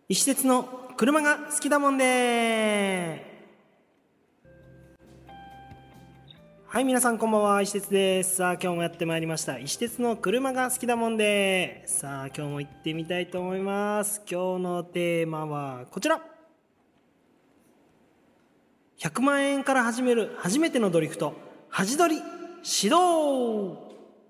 石鉄の車が好きだもんで。はい、皆さんこんばんは、石鉄です。さあ、今日もやってまいりました。石鉄の車が好きだもんで。さあ、今日も行ってみたいと思います。今日のテーマはこちら。100万円から始める初めてのドリフト、恥取り指導。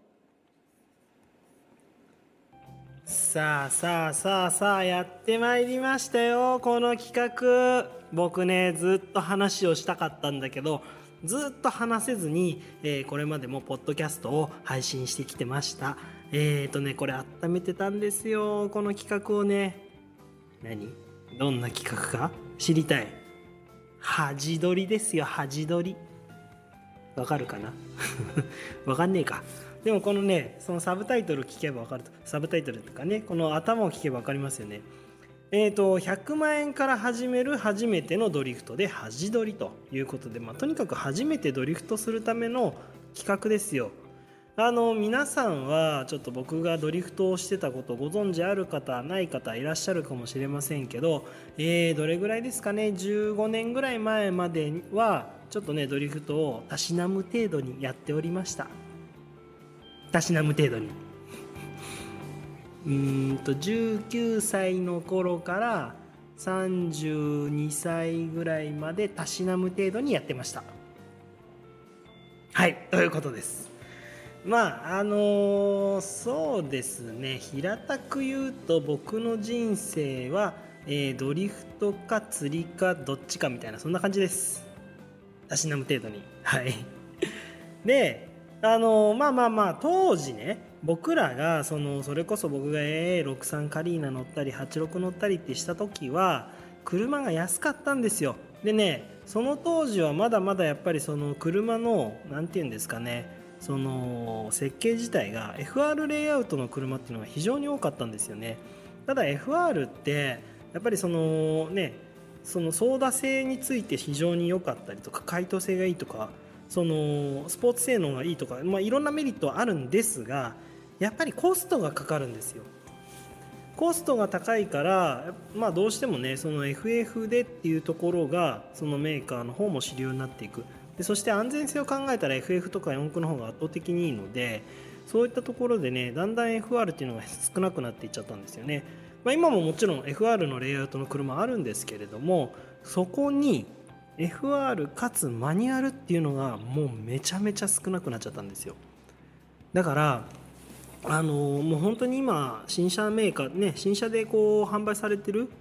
さあやってまいりましたよ、この企画。僕ね、ずっと話をしたかったんだけど、ずっと話せずに、これまでもポッドキャストを配信してきてました。これ温めてたんですよ、この企画をね。どんな企画か知りたい？恥取りですよ、恥取り。わかるかなわかんねえか。でもこのね、そのサブタイトル聞けばわかると。サブタイトルとかね、この頭を聞けばわかりますよね。100万円から始める初めてのドリフトで恥取りということで、とにかく初めてドリフトするための企画ですよ。皆さんはちょっと僕がドリフトをしてたことをご存知ある方ない方いらっしゃるかもしれませんけど、どれぐらいですかね、15年ぐらい前まではちょっとねドリフトをたしなむ程度にやっておりました。たしなむ程度に19歳の頃から32歳ぐらいまでたしなむ程度にやってました。はい、ということです。そうですね、平たく言うと僕の人生は、ドリフトか釣りかどっちかみたいな、そんな感じです。たしなむ程度に。はいで当時ね、僕らがそれこそ僕が63カリーナ乗ったり86乗ったりってした時は車が安かったんですよ。でね、その当時はまだまだやっぱりその車のなんていうんですかね、その設計自体が FR レイアウトの車っていうのが非常に多かったんですよね。ただ FR ってやっぱりその操舵性について非常に良かったりとか、解凍性がいいとか、そのスポーツ性能がいいとか、いろんなメリットはあるんですが、やっぱりコストがかかるんですよ。コストが高いから、どうしてもね、その FF でっていうところがそのメーカーの方も主流になっていく。でそして安全性を考えたら FF とか四駆の方が圧倒的にいいので、そういったところでね、だんだん FR っていうのが少なくなっていっちゃったんですよね。今ももちろん FR のレイアウトの車あるんですけれども、そこにFR かつマニュアルっていうのがもうめちゃめちゃ少なくなっちゃったんですよ。だからもう本当に今新車メーカーね、新車でこう販売されてる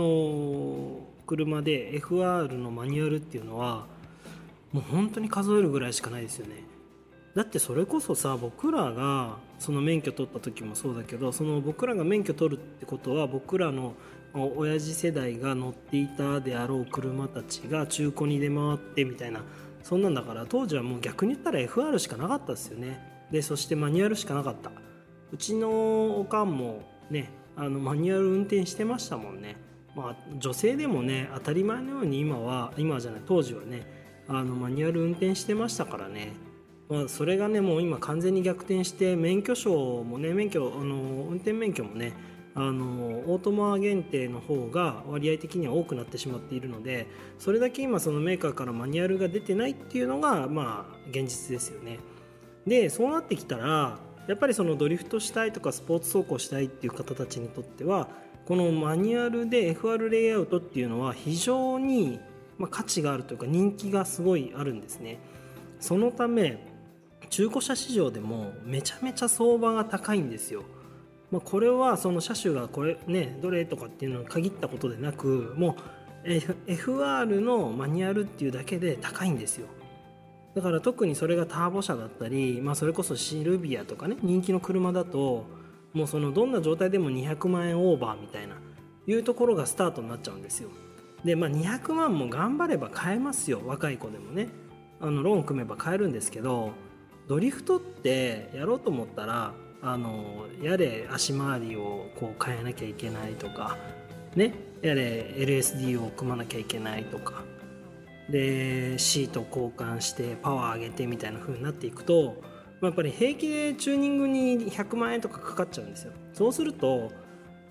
車で FR のマニュアルっていうのはもう本当に数えるぐらいしかないですよね。だってそれこそさ、僕らがその免許取った時もそうだけど、その僕らが免許取るってことは僕らの親父世代が乗っていたであろう車たちが中古に出回ってみたいな、そんなんだから、当時はもう逆に言ったら FR しかなかったですよね。でそしてマニュアルしかなかった。うちのおかんもね、マニュアル運転してましたもんね。女性でもね、当たり前のように当時はね、マニュアル運転してましたからね。それがね、もう今完全に逆転して、免許証もね、運転免許もね、オートマ限定の方が割合的には多くなってしまっているので、それだけ今そのメーカーからマニュアルが出てないっていうのが現実ですよね。でそうなってきたら、やっぱりそのドリフトしたいとかスポーツ走行したいっていう方たちにとっては、このマニュアルで FR レイアウトっていうのは非常に価値があるというか、人気がすごいあるんですね。そのため中古車市場でもめちゃめちゃ相場が高いんですよ。これはその車種がこれね、どれとかっていうのに限ったことでなく、もう FR のマニュアルっていうだけで高いんですよ。だから特にそれがターボ車だったり、それこそシルビアとかね、人気の車だともうそのどんな状態でも200万円オーバーみたいないうところがスタートになっちゃうんですよ。で200万も頑張れば買えますよ、若い子でもね。ローン組めば買えるんですけど、ドリフトってやろうと思ったらやれ足回りをこう変えなきゃいけないとかね、やれ LSD を組まなきゃいけないとかで、シート交換してパワー上げてみたいな風になっていくと、やっぱり平気でチューニングに100万円とかかかっちゃうんですよ。そうすると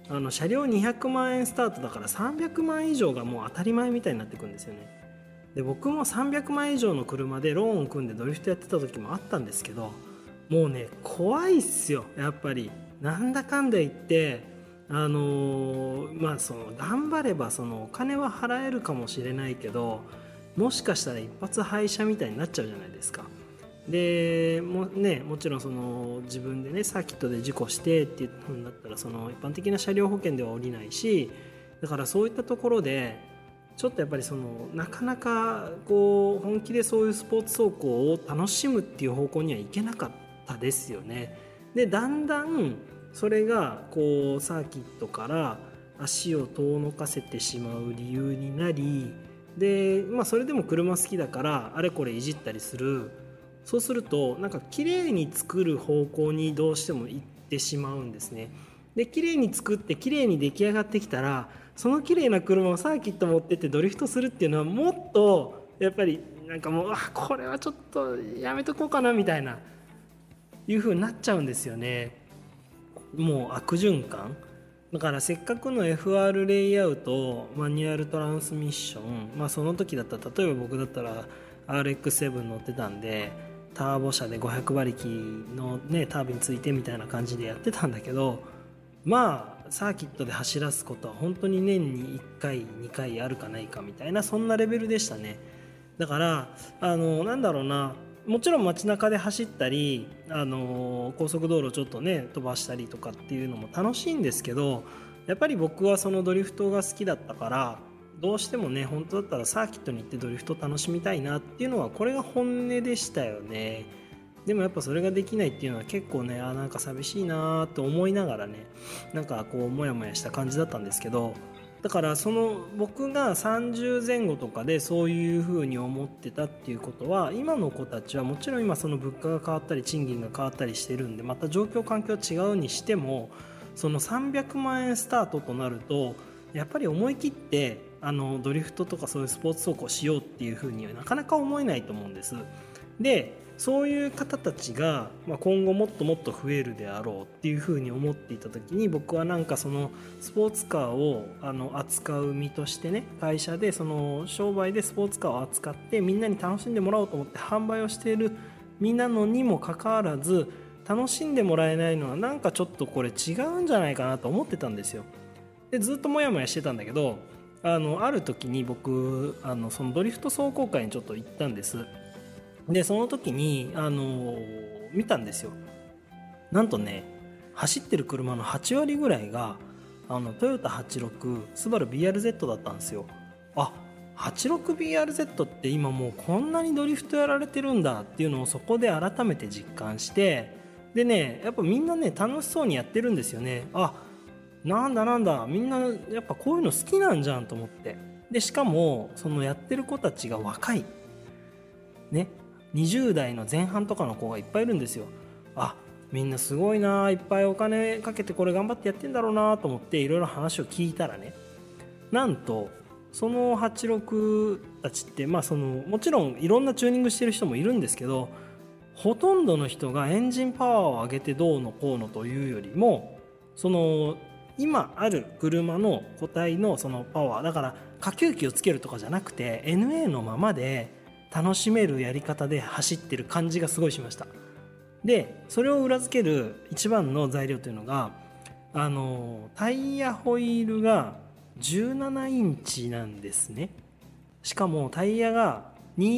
車両200万円スタートだから300万円以上がもう当たり前みたいになってくるんですよね。で僕も300万円以上の車でローンを組んでドリフトやってた時もあったんですけど、もうね怖いっすよやっぱり。なんだかんだ言ってその頑張ればそのお金は払えるかもしれないけど、もしかしたら一発廃車みたいになっちゃうじゃないですか。でもちろんその自分でねサーキットで事故してっていうんだったらその一般的な車両保険では下りないし、だからそういったところでちょっとやっぱりそのなかなかこう本気でそういうスポーツ走行を楽しむっていう方向にはいけなかったですよね。でだんだんそれがこうサーキットから足を遠のかせてしまう理由になり、で、それでも車好きだからあれこれいじったりする。そうするとなんか綺麗に作る方向にどうしても行ってしまうんですね。で綺麗に作って綺麗に出来上がってきたら、その綺麗な車をサーキット持ってってドリフトするっていうのはもっとやっぱりなんかもうこれはちょっとやめとこうかなみたいないう風になっちゃうんですよね。もう悪循環だから、せっかくの FR レイアウトマニュアルトランスミッション、その時だったら例えば僕だったら RX7 乗ってたんでターボ車で500馬力のねタービンついてみたいな感じでやってたんだけど、サーキットで走らすことは本当に年に1回2回あるかないかみたいな、そんなレベルでしたね。だからなんだろうな、もちろん街中で走ったり高速道路ちょっとね飛ばしたりとかっていうのも楽しいんですけど、やっぱり僕はそのドリフトが好きだったからどうしてもね本当だったらサーキットに行ってドリフト楽しみたいなっていうのはこれが本音でしたよね。でもやっぱそれができないっていうのは結構ねなんか寂しいなと思いながらね、なんかこうモヤモヤした感じだったんですけど、だからその僕が30前後とかでそういう風に思ってたっていうことは、今の子たちはもちろん今その物価が変わったり賃金が変わったりしてるんでまた状況環境違うにしても、その300万円スタートとなるとやっぱり思い切ってドリフトとかそういうスポーツ走行しようっていう風にはなかなか思えないと思うんです。でそういう方たちが今後もっともっと増えるであろうっていうふうに思っていた時に、僕はなんかそのスポーツカーを扱う身としてね、会社でその商売でスポーツカーを扱ってみんなに楽しんでもらおうと思って販売をしている身なのにもかかわらず、楽しんでもらえないのはなんかちょっとこれ違うんじゃないかなと思ってたんですよ。でずっとモヤモヤしてたんだけど、ある時に僕そのドリフト壮行会にちょっと行ったんです。でその時に見たんですよ。なんとね走ってる車の8割ぐらいがトヨタ86、スバル BRZ だったんですよ。86BRZ って今もうこんなにドリフトやられてるんだっていうのをそこで改めて実感して、でねやっぱみんなね楽しそうにやってるんですよね。なんだみんなやっぱこういうの好きなんじゃんと思って、でしかもそのやってる子たちが若いね、20代の前半とかの子がいっぱいいるんですよ。みんなすごいな、いっぱいお金かけてこれ頑張ってやってんだろうなと思っていろいろ話を聞いたらね、なんとその86たちってもちろんいろんなチューニングしてる人もいるんですけど、ほとんどの人がエンジンパワーを上げてどうのこうのというよりも、その今ある車の個体のそのパワーだから下級機をつけるとかじゃなくて NA のままで楽しめるやり方で走ってる感じがすごいしました。でそれを裏付ける一番の材料というのがタイヤホイールが17インチなんですね。しかもタイヤが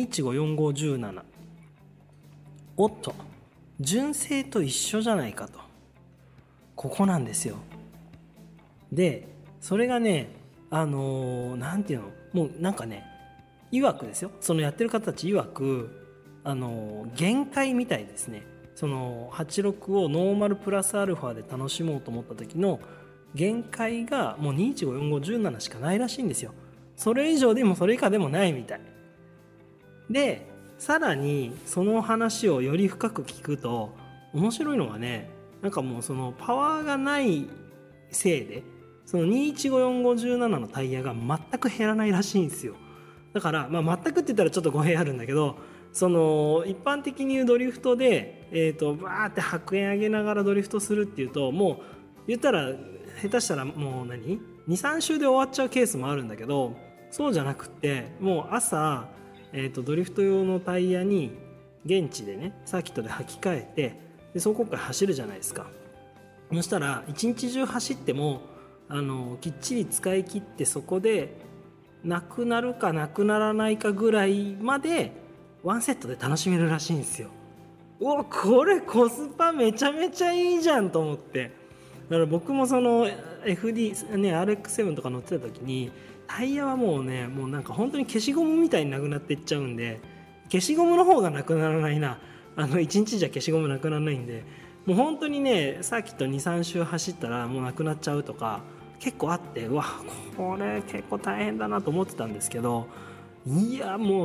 2154517、おっと純正と一緒じゃないかと、ここなんですよ。でそれがねなんていうの、もうなんかね曰くですよ、そのやってる方たち曰く限界みたいですね。その86をノーマルプラスアルファで楽しもうと思った時の限界がもう2154517しかないらしいんですよ。それ以上でもそれ以下でもないみたいで、さらにその話をより深く聞くと面白いのがね、なんかもうそのパワーがないせいでその2154517のタイヤが全く減らないらしいんですよ。だから、全くって言ったらちょっと語弊あるんだけど、その一般的に言うドリフトでバーって白煙上げながらドリフトするっていうと、もう言ったら下手したらもう23週で終わっちゃうケースもあるんだけど、そうじゃなくてもう朝、ドリフト用のタイヤに現地でねサーキットで履き替えて、で走行会走るじゃないですか。そしたら一日中走ってもきっちり使い切って、そこでなくなるかなくならないかぐらいまでワンセットで楽しめるらしいんですよ。これコスパめちゃめちゃいいじゃんと思って、だから僕もその FD、ね、RX7 とか乗ってた時にタイヤはもうなんか本当に消しゴムみたいになくなっていっちゃうんで、消しゴムの方がなくならないな、1日じゃ消しゴムなくならないんで、もう本当にねサーキット 2,3 周走ったらもうなくなっちゃうとか結構あって、これ結構大変だなと思ってたんですけど、いやもう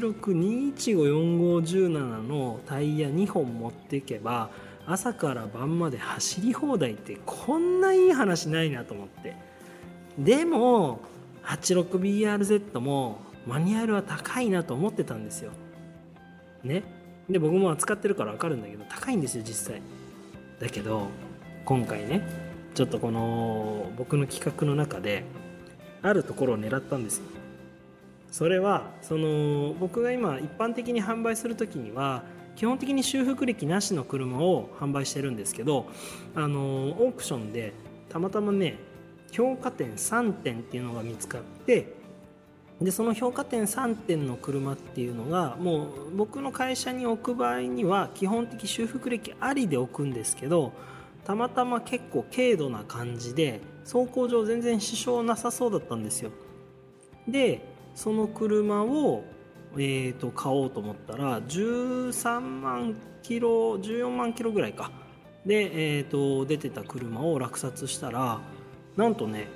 86215450のタイヤ2本持っていけば朝から晩まで走り放題ってこんないい話ないなと思って。でも 86BRZ もマニュアルは高いなと思ってたんですよね。で僕も扱ってるから分かるんだけど高いんですよ実際。だけど今回ねちょっとこの僕の企画の中であるところを狙ったんですよ。それは僕が今一般的に販売する時には基本的に修復歴なしの車を販売してるんですけど、オークションでたまたまね評価点3点っていうのが見つかって、でその評価点3点の車っていうのがもう僕の会社に置く場合には基本的修復歴ありで置くんですけど、たまたま結構軽度な感じで走行上全然支障なさそうだったんですよ。でその車を、買おうと思ったら13万キロ14万キロぐらいかで、出てた車を落札したらなんとね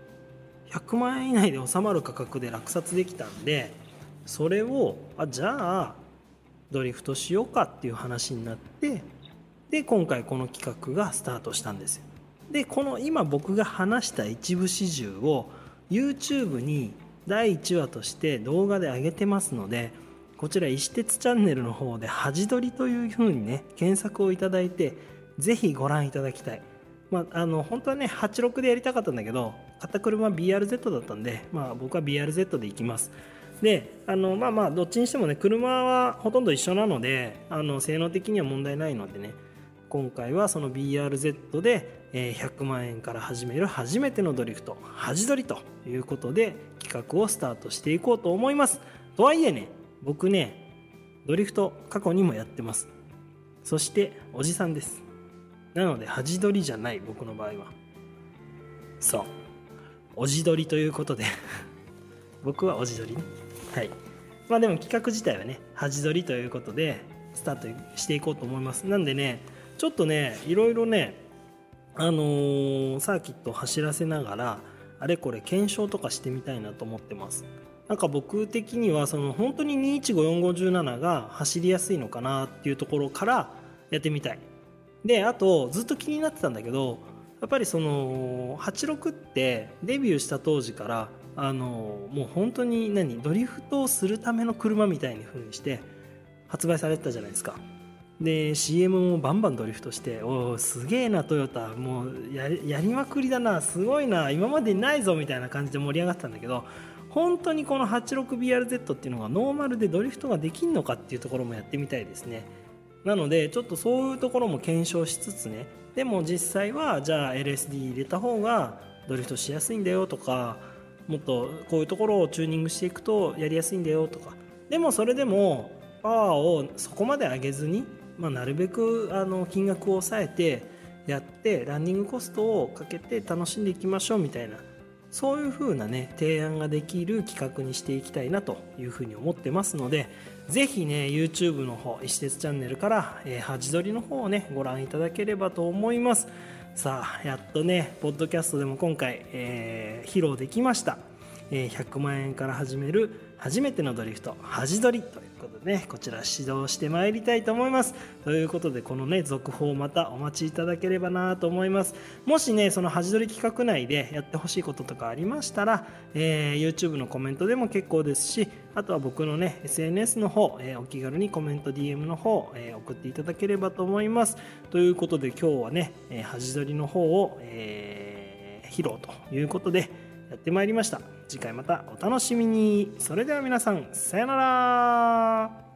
100万円以内で収まる価格で落札できたんで、それをじゃあドリフトしようかっていう話になって、で今回この企画がスタートしたんですよ。でこの今僕が話した一部始終を YouTube に第1話として動画で上げてますので、こちら石鉄チャンネルの方でハジドリという風にね検索をいただいてぜひご覧いただきたい。本当はね86でやりたかったんだけど買った車は BRZ だったんで、僕は BRZ で行きます。でどっちにしてもね車はほとんど一緒なので性能的には問題ないのでね、今回はその BRZ で100万円から始める初めてのドリフトハジドリということで企画をスタートしていこうと思います。とはいえね僕ねドリフト過去にもやってます。そしておじさんです。なのでハジドリじゃない、僕の場合はそうおじドリということで僕はおじドリね。はい。でも企画自体はねハジドリということでスタートしていこうと思います。なんでねちょっとねいろいろねサーキットを走らせながらあれこれ検証とかしてみたいなと思ってます。なんか僕的には本当に215457が走りやすいのかなっていうところからやってみたい。であとずっと気になってたんだけど、やっぱり86ってデビューした当時からもう本当にドリフトをするための車みたいに風にして発売されてたじゃないですか。で CM もバンバンドリフトして、すげえなトヨタ、もうやりまくりだな、すごいな、今までにないぞみたいな感じで盛り上がってたんだけど、本当にこの 86BRZ っていうのがノーマルでドリフトができるのかっていうところもやってみたいですね。なのでちょっとそういうところも検証しつつね、でも実際はじゃあ LSD 入れた方がドリフトしやすいんだよとか、もっとこういうところをチューニングしていくとやりやすいんだよとか、でもそれでもパワーをそこまで上げずに、なるべく金額を抑えてやってランニングコストをかけて楽しんでいきましょうみたいな、そういう風なね提案ができる企画にしていきたいなという風に思ってますので、ぜひね YouTube の方石鉄チャンネルからハジドリの方をねご覧いただければと思います。さあやっとねポッドキャストでも今回、披露できました、100万円から始める初めてのドリフトハジドリということでね、こちら指導してまいりたいと思います。ということでこのね続報またお待ちいただければなと思います。もしねそのハジドリ企画内でやってほしいこととかありましたら、YouTube のコメントでも結構ですし、あとは僕のね SNS の方、お気軽にコメント DM の方、送っていただければと思います。ということで今日はねハジドリの方を、 披露ということでやってまいりました。次回またお楽しみに。それでは皆さん、さよなら。